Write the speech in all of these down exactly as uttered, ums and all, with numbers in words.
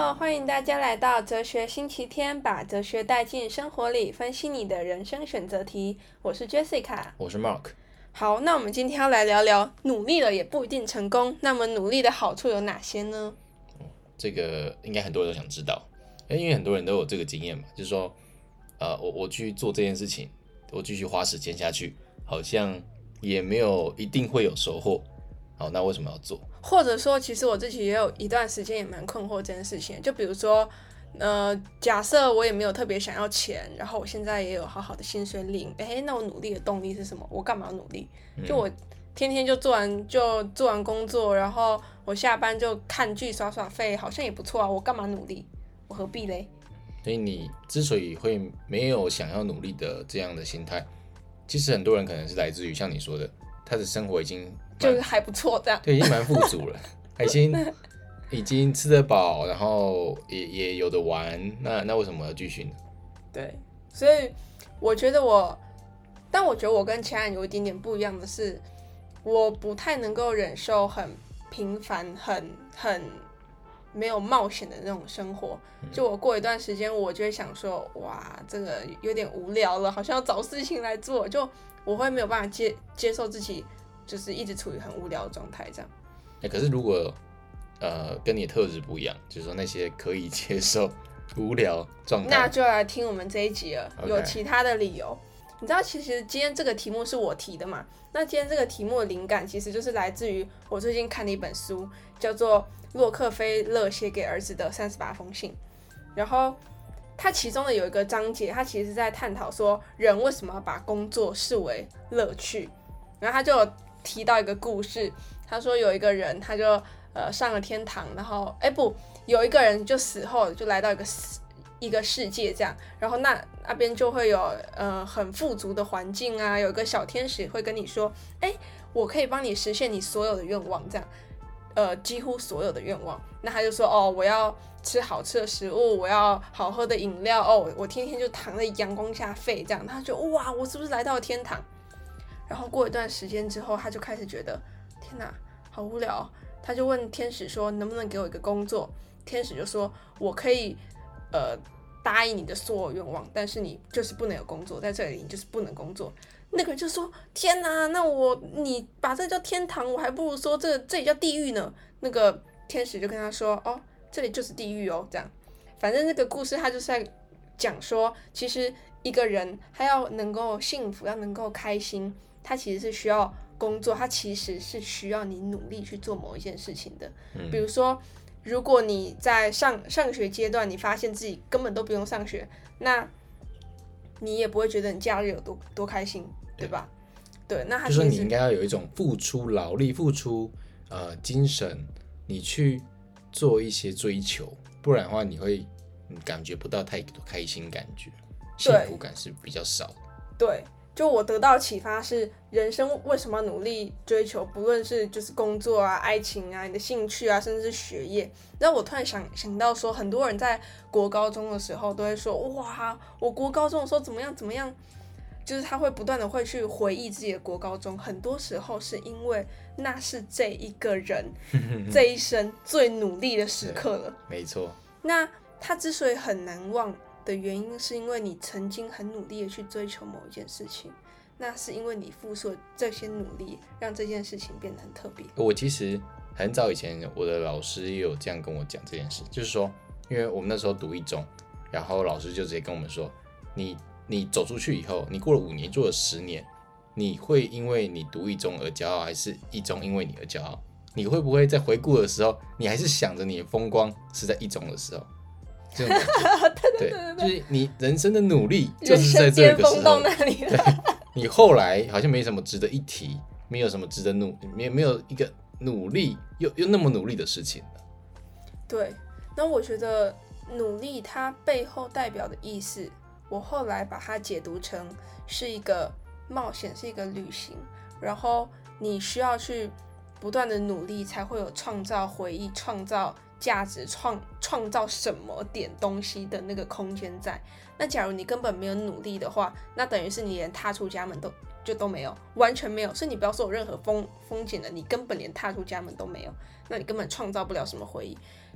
Hello，欢迎大家来到哲学星期天，把哲学带进生活里，分析你的人生选择题。我是 Jessica， 我是 Mark。 好，那我们今天要来聊聊努力了也不一定成功，那么努力的好处有哪些呢？ 这个应该很多人都想知道，因为很多人都有这个经验嘛，就是说，呃，我我去做这件事情，我继续花时间下去，好像也没有一定会有收获。好，那为什么要做？ 或者说，其实我自己也有一段时间也蛮困惑这件事情，就比如说，呃，假设我也没有特别想要钱，然后我现在也有好好的薪水领，哎，那我努力的动力是什么？我干嘛要努力？就我天天就做完就做完工作，然后我下班就看剧耍耍废，好像也不错啊，我干嘛努力？我何必嘞？ 所以你之所以会没有想要努力的这样的心态，其实很多人可能是来自于像你说的，他的生活已经就是还不错这样， 对，已经蛮富足了，已经已经吃得饱，然后也也有的玩，那那为什么要继续呢？ 对，所以我觉得我，但我觉得我跟其他人有一点点不一样的是，我不太能够忍受很平凡、很很没有冒险的那种生活。就我过一段时间，我就会想说，哇，这个有点无聊了，好像要找事情来做，就我会没有办法接接受自己。就是一直处于很无聊的状态，这样。 欸、可是如果呃跟你的特质不一样，就是说那些可以接受无聊状态， 那就来听我们这一集了。Okay. 有其他的理由，你知道，其实今天这个题目是我提的嘛？那今天这个题目的灵感其实就是来自于我最近看的一本书，叫做洛克菲勒写给儿子的三十八封信。然后它其中的有一个章节，它其实是在探讨说人为什么要把工作视为乐趣。然后他就有提到一个故事，他说有一个人，他就呃上了天堂，然后哎不，有一个人就死后就来到一个一个世界这样，然后那那边就会有呃很富足的环境啊，有一个小天使会跟你说，哎，我可以帮你实现你所有的愿望，这样，呃几乎所有的愿望。那他就说哦，我要吃好吃的食物，我要好喝的饮料，哦，我天天就躺在阳光下废这样，他就哇，我是不是来到了天堂？然后过一段时间之后，他就开始觉得天哪，好无聊。他就问天使说，能不能给我一个工作？天使就说，我可以呃答应你的所有愿望，但是你就是不能有工作，在这里你就是不能工作。那个人就说，天哪，那我你把这叫天堂，我还不如说这这里叫地狱呢。那个天使就跟他说，哦，这里就是地狱哦，这样。反正这个故事他就是在讲说，其实一个人他要能够幸福，要能够开心。它其实是需要工作，它其实是需要你努力去做某一件事情的。嗯、比如说，如果你在上上学阶段，你发现自己根本都不用上学，那你也不会觉得你假日有多多开心，对吧？对，那它就是你应该要有一种付出劳力、付出呃精神，你去做一些追求，不然的话，你会感觉不到太多开心感觉，幸福感是比较少的。 对。就我得到的启发是，人生为什么要努力追求，不论是就是工作啊、爱情啊、你的兴趣啊，甚至是学业。然后我突然想想到说，很多人在国高中的时候都会说，哇，我国高中的时候怎么样怎么样，就是他会不断的会去回忆自己的国高中。很多时候是因为那是这一个人这一生最努力的时刻了。 没错。 那他之所以很难忘的原因是因为你曾经很努力的去追求某一件事情，那是因为你付出了这些努力，让这件事情变得很特别。 我其实很早以前，我的老师也有这样跟我讲这件事，就是说，因为我们那时候读一中，然后老师就直接跟我们说，你你走出去以后，你过了五年，做了十年，你会因为你读一中而骄傲，还是一中因为你而骄傲？你会不会在回顾的时候，你还是想着你的风光是在一中的时候？这种感觉对, 对, 对, 对，就是你人生的努力就是在这个时候， 那里了对，你后来好像没什么值得一提，没有什么值得努，没有没有一个努力又又那么努力的事情。 对，那我觉得努力它背后代表的意思，我后来把它解读成是一个冒险，是一个旅行，然后你需要去不断的努力，才会有创造回忆、创造价值、创创造什么点东西的那个空间在。那假如你根本没有努力的话，那等于是你连踏出家门都就都没有，完全没有。所以你不要说有任何风风景的，你根本连踏出家门都没有，那你根本创造不了什么回忆。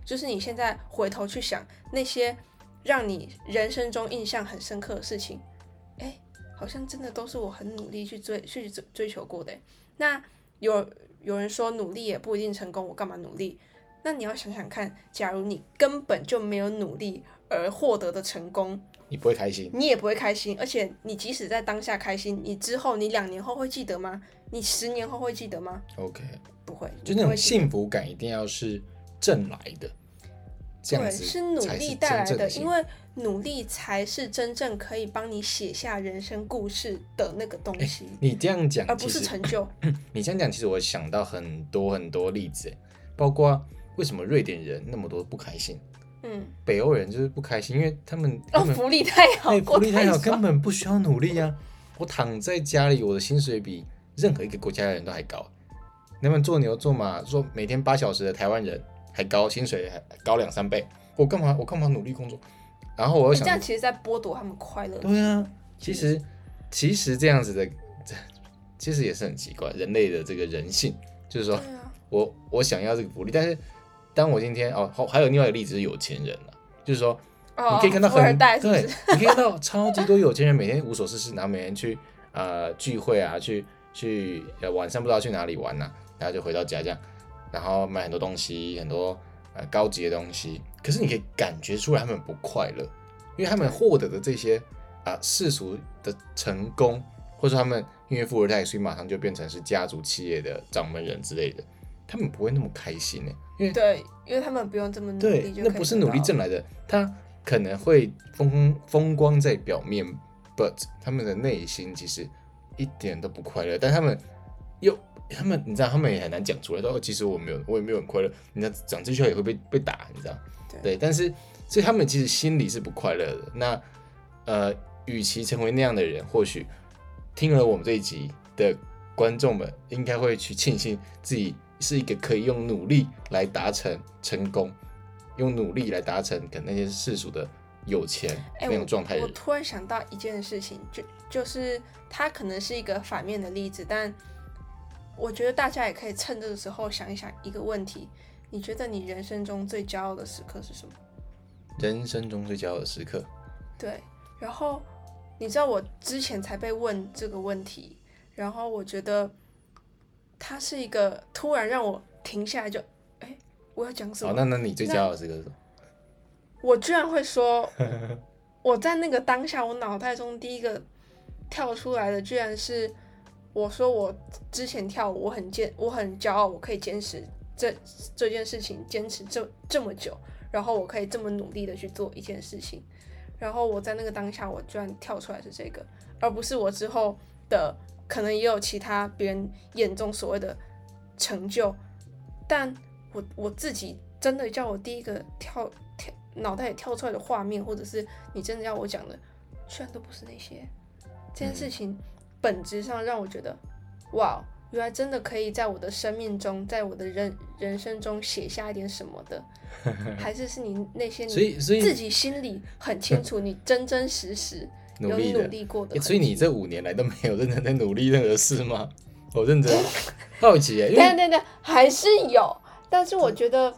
就是你现在回头去想那些让你人生中印象很深刻的事情，哎，好像真的都是我很努力去追去追求过的。那有有人说努力也不一定成功，我干嘛努力？那你要想想看，假如你根本就没有努力而获得的成功， 你不会开心， 你也不会开心，而且你即使在当下开心，你之后你两年后会记得吗？你十年后会记得吗 ？OK， 不会， 就那种幸福感一定要是挣来的，这样子对，是努力带来的，因为努力才是真正可以帮你写下人生故事的那个东西。 你这样讲， 而不是成就。 你这样讲，其实我想到很多很多例子，包括为什么瑞典人那么多不开心。嗯，北欧人就是不开心，因为他们哦福利太好， 福利太好，根本不需要努力啊！我躺在家里，我的薪水比任何一个国家的人都还高。他们做牛做马，做每天八小时的台湾人还高，薪水还高两三倍。我干嘛？我干嘛努力工作？然后我又想， 这样其实在剥夺他们快乐。 对啊，其实其实这样子的，其实也是很奇怪，人类的这个人性，就是说、啊、我我想要这个福利，但是。当我今天哦，还有另外一个例子是有钱人了，就是说， 哦、 你可以看到很富二代是不是， 对，你可以看到超级多有钱人每天无所事事，然后每天去呃聚会啊，去去呃晚上不知道去哪里玩呐、啊，然后就回到家这样，然后买很多东西，很多呃高级的东西，可是你可以感觉出来他们不快乐，因为他们获得的这些啊、呃、世俗的成功，或者说他们因为富二代，所以马上就变成是家族企业的掌门人之类的。他们不会那么开心呢，因为对，因为他们不用这么努力就可以得到， 对，那不是努力挣来的，他可能会风风光在表面 ，but 他们的内心其实一点都不快乐，但他们又他们你知道，他们也很难讲出来，说、哦、其实我没有，我也没有很快乐，你知道讲这句话也会被被打，你知道，对，对，但是所以他们其实心里是不快乐的。那呃，与其成为那样的人，或许听了我们这一集的观众们，应该会去庆幸自己。是一个可以用努力来达成成功，用努力来达成可能那些世俗的有钱、欸、那种状态的人。 我突然想到一件事情，就就是它可能是一个反面的例子，但我觉得大家也可以趁这个时候想一想一个问题：你觉得你人生中最骄傲的时刻是什么？ 人生中最骄傲的时刻， 对。然后你知道我之前才被问这个问题，然后我觉得。它是一个突然让我停下来就，哎，我要讲什么？ 好，那那你最骄傲的是个什么？ 我居然会说，我在那个当下，我脑袋中第一个跳出来的，居然是我说我之前跳舞，我很坚，我很骄傲，我可以坚持这这件事情，坚持这这么久，然后我可以这么努力的去做一件事情，然后我在那个当下，我居然跳出来是这个，而不是我之后的。可能也有其他别人眼中所谓的成就，但我我自己真的叫我第一个跳跳脑袋里跳出来的画面，或者是你真的要我讲的，居然都不是那些。这件事情本质上让我觉得，哇，原来真的可以在我的生命中，在我的人人生中写下一点什么的，还是是你那些你自己心里很清楚，你真真实实。 努力有努力过的， 所以你这五年来都没有认真在努力任何事吗？我认真好奇耶， 对对对，还是有，但是我觉得，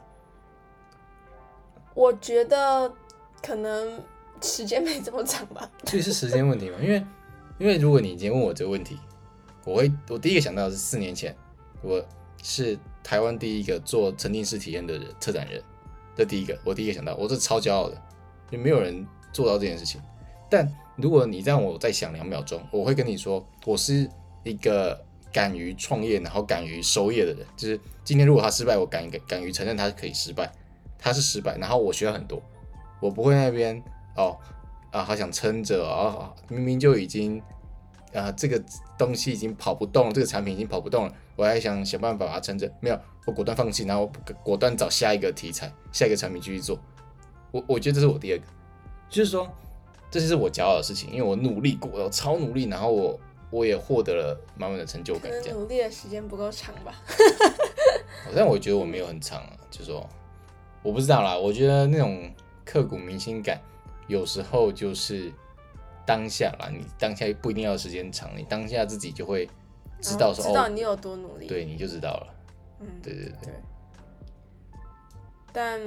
我觉得可能时间没这么长吧。 所以是时间问题嘛？因为因为如果你今天问我这个问题，我会我第一个想到的是四年前，我是台湾第一个做沉浸式体验的人策展人，这第一个，我第一个想到，我是超骄傲的，因为没有人做到这件事情，但。如果你让我再想两秒钟，我会跟你说，我是一个敢于创业，然后敢于收业的人。就是今天如果他失败，我敢敢于承认他可以失败，他是失败，然后我学到很多，我不会那边哦啊，好想撑着啊，明明就已经啊这个东西已经跑不动了，这个产品已经跑不动了，我还想想办法把它撑着，没有，我果断放弃，然后果断找下一个题材、下一个产品继续做。我我觉得这是我第二个，就是说。这就是我骄傲的事情，因为我努力过，我超努力，然后我我也获得了满满的成就感。 可能努力的时间不够长吧。 但我觉得我没有很长啊，就是说我不知道啦。我觉得那种刻骨铭心感，有时候就是当下啦，你当下不一定要时间长，你当下自己就会知道说， 知道你有多努力， 对，你就知道了。嗯，对对对。 对但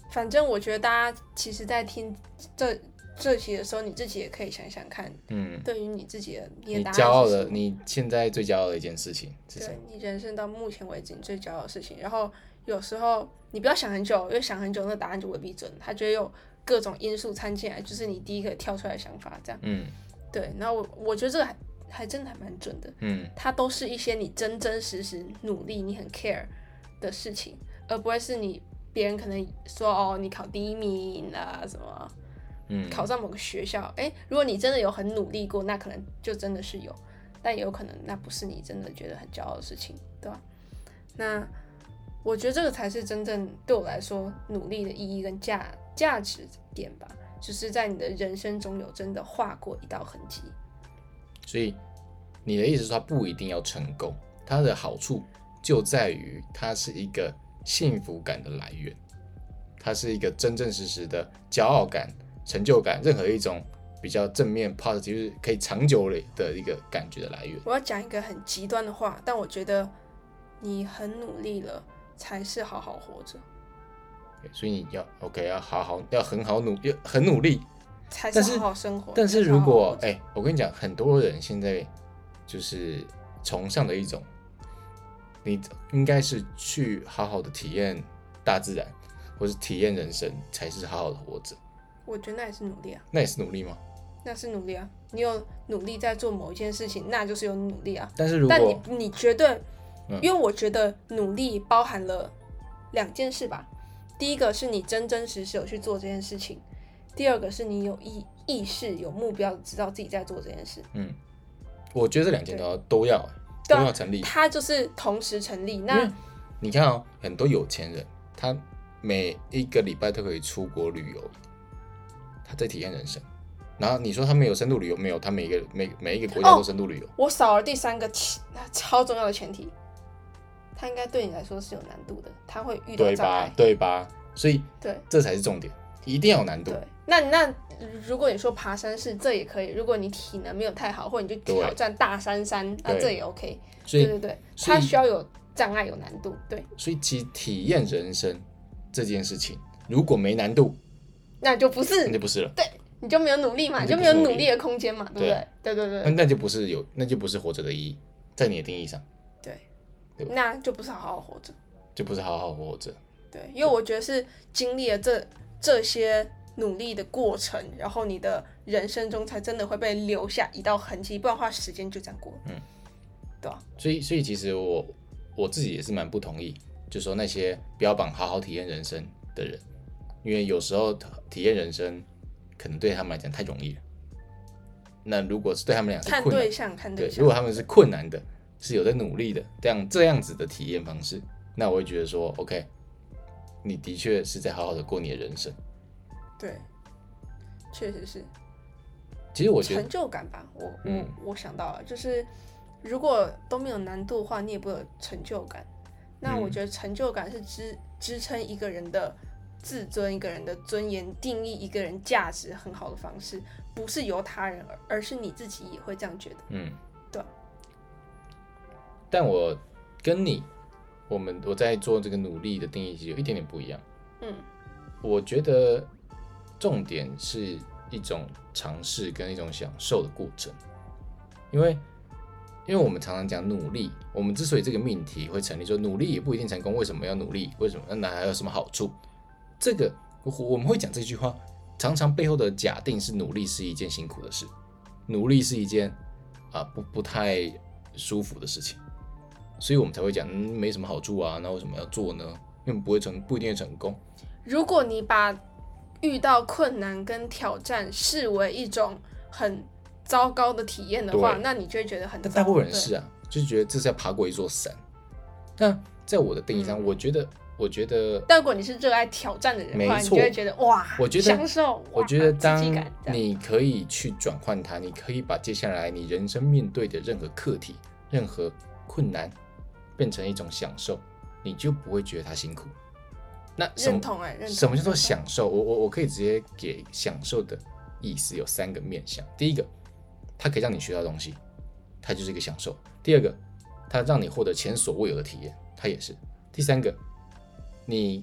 反正我觉得大家其实在听这这期的时候，你自己也可以想想看，嗯，对于你自己的你的答案是什么， 你骄傲的，你现在最骄傲的一件事情是什么？ 对，你人生到目前为止你最骄傲的事情。然后有时候你不要想很久，因为想很久那答案就未必准，它就会有各种因素掺进来，就是你第一个跳出来的想法这样。嗯，对。然后我我觉得这个还还真的还蛮准的。嗯，它都是一些你真真实实努力、你很 care 的事情，而不会是你别人可能说哦你考第一名啊什么。嗯，考上某个学校，哎，如果你真的有很努力过，那可能就真的是有，但也有可能那不是你真的觉得很骄傲的事情，对吧？那我觉得这个才是真正对我来说努力的意义跟价价值点吧，就是在你的人生中有真的画过一道痕迹。 所以你的意思是它不一定要成功，它的好处就在于它是一个幸福感的来源，它是一个真真实实的骄傲感。成就感，任何一种比较正面 positive 就是可以长久的一个感觉的来源。 我要讲一个很极端的话，但我觉得你很努力了才是好好活着。 所以你要 OK 要好好要很好努要很努力才是好好生活。 但是如果哎、欸，我跟你讲，很多人现在就是崇尚的一种，你应该是去好好的体验大自然，或是体验人生，才是好好的活着。 我觉得那也是努力啊。 那也是努力吗？ 那是努力啊。你有努力在做某一件事情，那就是有努力啊。 但是如果但你你绝对、嗯，因为我觉得努力包含了两件事吧。第一个是你真真实实有去做这件事情，第二个是你有意意识、有目标，知道自己在做这件事。 嗯，我觉得这两件都要都要都要成立。 它就是同时成立。那你看哦，很多有钱人，他每一个礼拜都可以出国旅游。他在体验人生，然后你说他没有深度旅游，没有，他每一个每每一个国家都深度旅游。哦、 我少了第三个超重要的前提，他应该对你来说是有难度的，他会遇到障碍， 对吧？对吧？所以对， 这才是重点，一定要有难度。 对，那那如果你说爬山是这也可以，如果你体能没有太好，或者你就挑战大山山，那这也 OK。对对对，它需要有障碍有难度，对。 所以其实体验人生这件事情，如果没难度。 那就不是， 那就不是了。 对，你就没有努力嘛，你就没有努力的空间嘛，对不对？对对对。 那那就不是有，那就不是活着的意义，在你的定义上。 对，对，那就不是好好活着， 就不是好好活着。 对，因为我觉得是经历了这这些努力的过程，然后你的人生中才真的会被留下一道痕迹，不然的话时间就这样过了。嗯，对啊。 所以，所以其实我我自己也是蛮不同意，就是说那些标榜好好体验人生的人。因为有时候体验人生可能对他们来讲太容易了，那如果是对他们俩是困难， 看对象，看对象。 如果他们是困难的，是有在努力的，这样这样子的体验方式，那我会觉得说 ，OK， 你的确是在好好的过你的人生。 对，确实是。 其实我觉得成就感吧，我、嗯、我我想到了，就是如果都没有难度的话，你也不会有成就感。那我觉得成就感是支支撑一个人的自尊，一个人的尊严，定义一个人价值很好的方式，不是由他人，而是你自己也会这样觉得。嗯，对。 但我跟你，我们我在做这个努力的定义其实有一点点不一样。嗯，我觉得重点是一种尝试跟一种享受的过程，因为因为我们常常讲努力，我们之所以这个命题会成立，说努力也不一定成功，为什么要努力？为什么？那还有什么好处？这个我们会讲这句话，常常背后的假定是努力是一件辛苦的事，努力是一件啊不不太舒服的事情，所以我们才会讲、嗯、没什么好处啊，那为什么要做呢？因为不会成不一定会成功。 如果你把遇到困难跟挑战视为一种很糟糕的体验的话，那你就会觉得很糟。 但大部分人是啊，就是觉得这是要爬过一座山。那在我的定义上，嗯、我觉得。我觉得， 但如果你是热爱挑战的人的话，你就会觉得哇， 我觉得享受。 我觉得当你可以去转换它，你可以把接下来你人生面对的任何课题、任何困难变成一种享受，你就不会觉得它辛苦。那什么认同哎、欸，认同什么叫做享受？我我我可以直接给享受的意思有三个面向。第一个，它可以让你学到东西，它就是一个享受；第二个，它让你获得前所未有的体验，它也是；第三个。你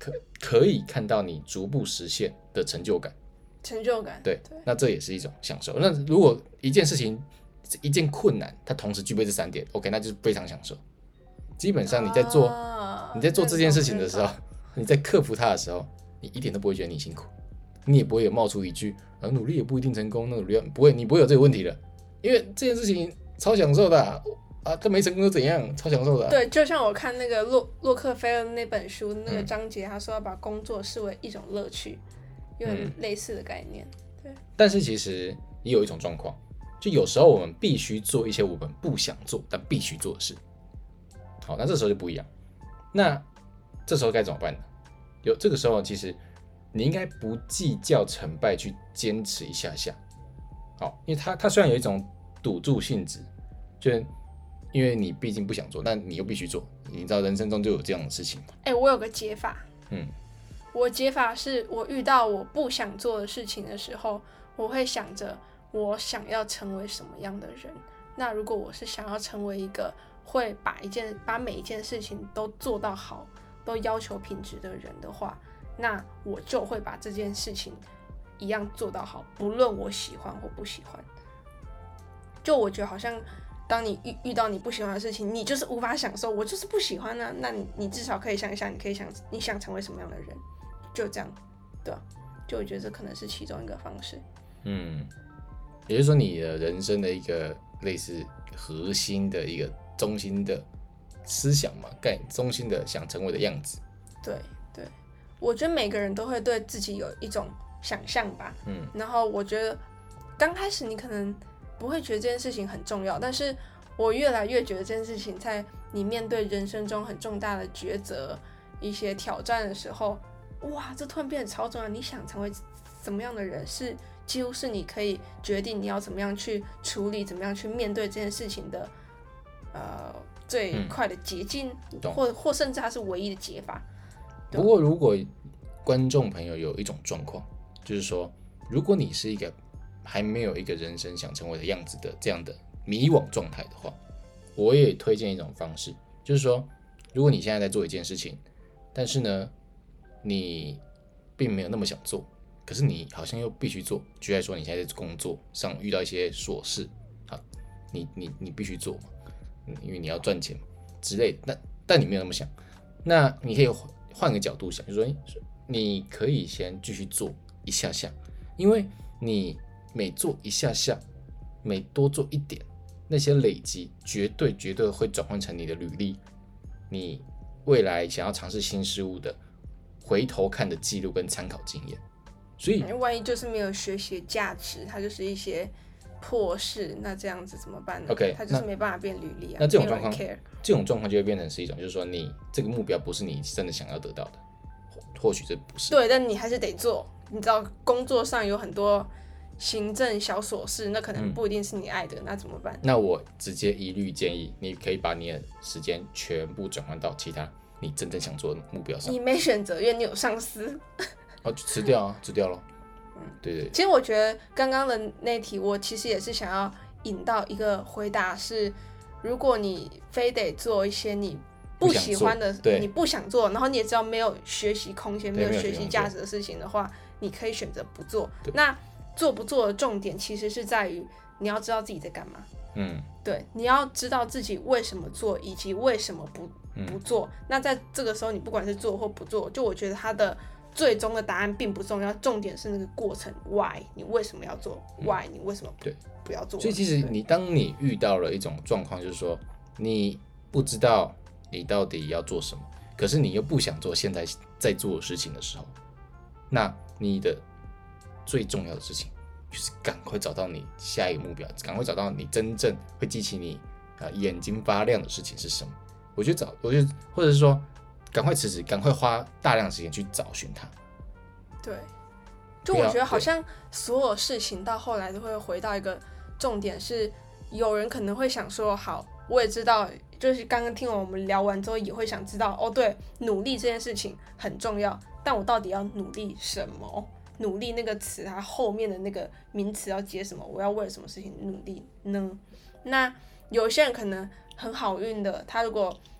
可可以看到你逐步实现的成就感。 成就感， 对，对，那这也是一种享受。那如果一件事情一件困难，它同时具备这三点 ，OK， 那就是非常享受。基本上你在做、啊、你在做这件事情的时候，你在克服它的时候，你一点都不会觉得你辛苦，你也不会有冒出一句啊努力也不一定成功，那努力不会，你不会有这个问题了，因为这件事情超享受的啊，啊这没成功又怎样，超享受的、啊。 对，就像我看那个洛洛克菲勒那本书那个章节，他说要把工作视为一种乐趣。有点类似的概念、嗯，对。 但是其实也有一种状况，就有时候我们必须做一些我们不想做但必须做的事。好，那这时候就不一样。那这时候该怎么办呢？有这个时候，其实你应该不计较成败，去坚持一下下。好，因为它它虽然有一种赌注性质，就因为你毕竟不想做，但你又必须做。你知道人生中就有这样的事情吗？ 哎、欸，我有个解法。 嗯。 我解法是我遇到我不想做的事情的时候，我会想着我想要成为什么样的人。那如果我是想要成为一个会把一件把每一件事情都做到好，都要求品质的人的话，那我就会把这件事情一样做到好，不论我喜欢或不喜欢。就我觉得好像当你 遇, 遇到你不喜欢的事情，你就是无法享受，我就是不喜欢啊，那 你, 你至少可以想一想，你可以想你想成为什么样的人。就这样，对吧？就我觉得这可能是其中一个方式。 嗯，也就是说，你的人生的一个类似核心的一个中心的思想嘛，概中心的想成为的样子。 对对，我觉得每个人都会对自己有一种想象吧。嗯，然后我觉得刚开始你可能不会觉得这件事情很重要，但是我越来越觉得这件事情在你面对人生中很重大的抉择、一些挑战的时候。哇，这突然变得超重要！你想成为怎么样的人，是几乎是你可以决定你要怎么样去处理、怎么样去面对这件事情的呃最快的捷径，嗯、或或甚至它是唯一的解法。 不过，如果观众朋友有一种状况，就是说，如果你是一个还没有一个人生想成为的样子的这样的迷惘状态的话，我也推荐一种方式，就是说，如果你现在在做一件事情，但是呢。你并没有那么想做，可是你好像又必须做。举例来说，你现在在工作上遇到一些琐事，好，你你你必须做嘛，因为你要赚钱之类的。但但你没有那么想，那你可以换个角度想，就是说，你可以先继续做一下下，因为你每做一下下，每多做一点，那些累积绝对绝对会转换成你的履历，你未来想要尝试新事物的。回头看的记录跟参考经验，所以万一就是没有学习的价值，它就是一些破事，那这样子怎么办呢 ？OK， 它就是没办法变履历啊。 那这种状况，这种状况就会变成是一种，就是说你这个目标不是你真的想要得到的，或许这不是。 对，但你还是得做。你知道工作上有很多行政小琐事，那可能不一定是你爱的，嗯、那怎么办？ 那我直接一律建议，你可以把你的时间全部转换到其他。你真正想做的目标上， 你没选择，因为你有上司。 哦，辞掉啊，辞掉了。嗯，对对。 其实我觉得刚刚的那题，我其实也是想要引到一个回答是：如果你非得做一些你不喜欢的， 不你不想做，然后你也知道没有学习空间、没有学习价值的事情的话，你可以选择不做。那做不做的重点其实是在于你要知道自己在干嘛。嗯，对，你要知道自己为什么做，以及为什么不。不做，那在这个时候，你不管是做或不做，就我觉得它的最终的答案并不重要，重点是那个过程 ，why 你为什么要做 ，why 你为什么不不要做。 所以其实你当你遇到了一种状况，就是说你不知道你到底要做什么，可是你又不想做现在在做的事情的时候，那你的最重要的事情就是赶快找到你下一个目标，赶快找到你真正会激起你啊眼睛发亮的事情是什么。我觉得找，我觉得，或者是说，赶快辞职，赶快花大量的时间去找寻它。 对，就我觉得好像所有事情到后来都会回到一个重点是，有人可能会想说，好，我也知道，就是刚刚听完我们聊完之后，也会想知道，哦，对，努力这件事情很重要，但我到底要努力什么？努力那个词，它后面的那个名词要接什么？我要为了什么事情努力呢？那有些人可能很好运的，他如果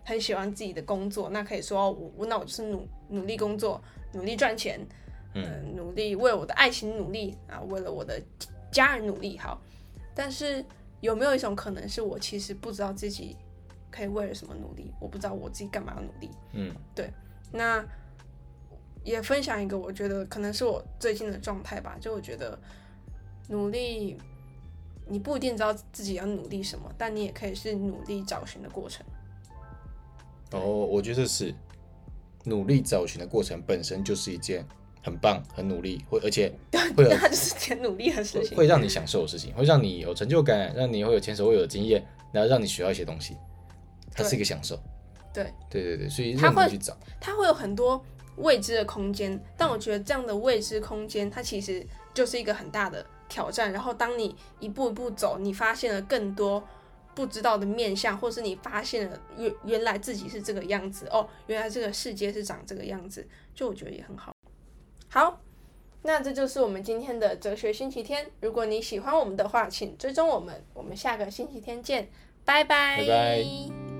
很喜欢自己的工作，那可以说我那我就是努努力工作，努力赚钱，嗯、呃，努力为我的爱情努力啊，为了我的家人努力。好，但是有没有一种可能是我其实不知道自己可以为了什么努力，我不知道我自己干嘛要努力。嗯，对。那也分享一个我觉得可能是我最近的状态吧，就我觉得努力你不一定知道自己要努力什么，但你也可以是努力找寻的过程。 哦，我觉得是努力找寻的过程本身就是一件很棒、很努力，会而且会有它就是挺努力的事情， 会让你享受的事情，会让你有成就感，让你会有前所未有的经验，然后让你学到一些东西，它是一个享受。 对对对对，所以它会去找， 它会有很多未知的空间，但我觉得这样的未知空间，它其实就是一个很大的挑战。然后当你一步一步走，你发现了更多不知道的面向，或是你发现了原原来自己是这个样子哦，原来这个世界是长这个样子，就我觉得也很好。好，那这就是我们今天的哲学星期天。如果你喜欢我们的话，请追踪我们，我们下个星期天见，拜拜。 拜拜。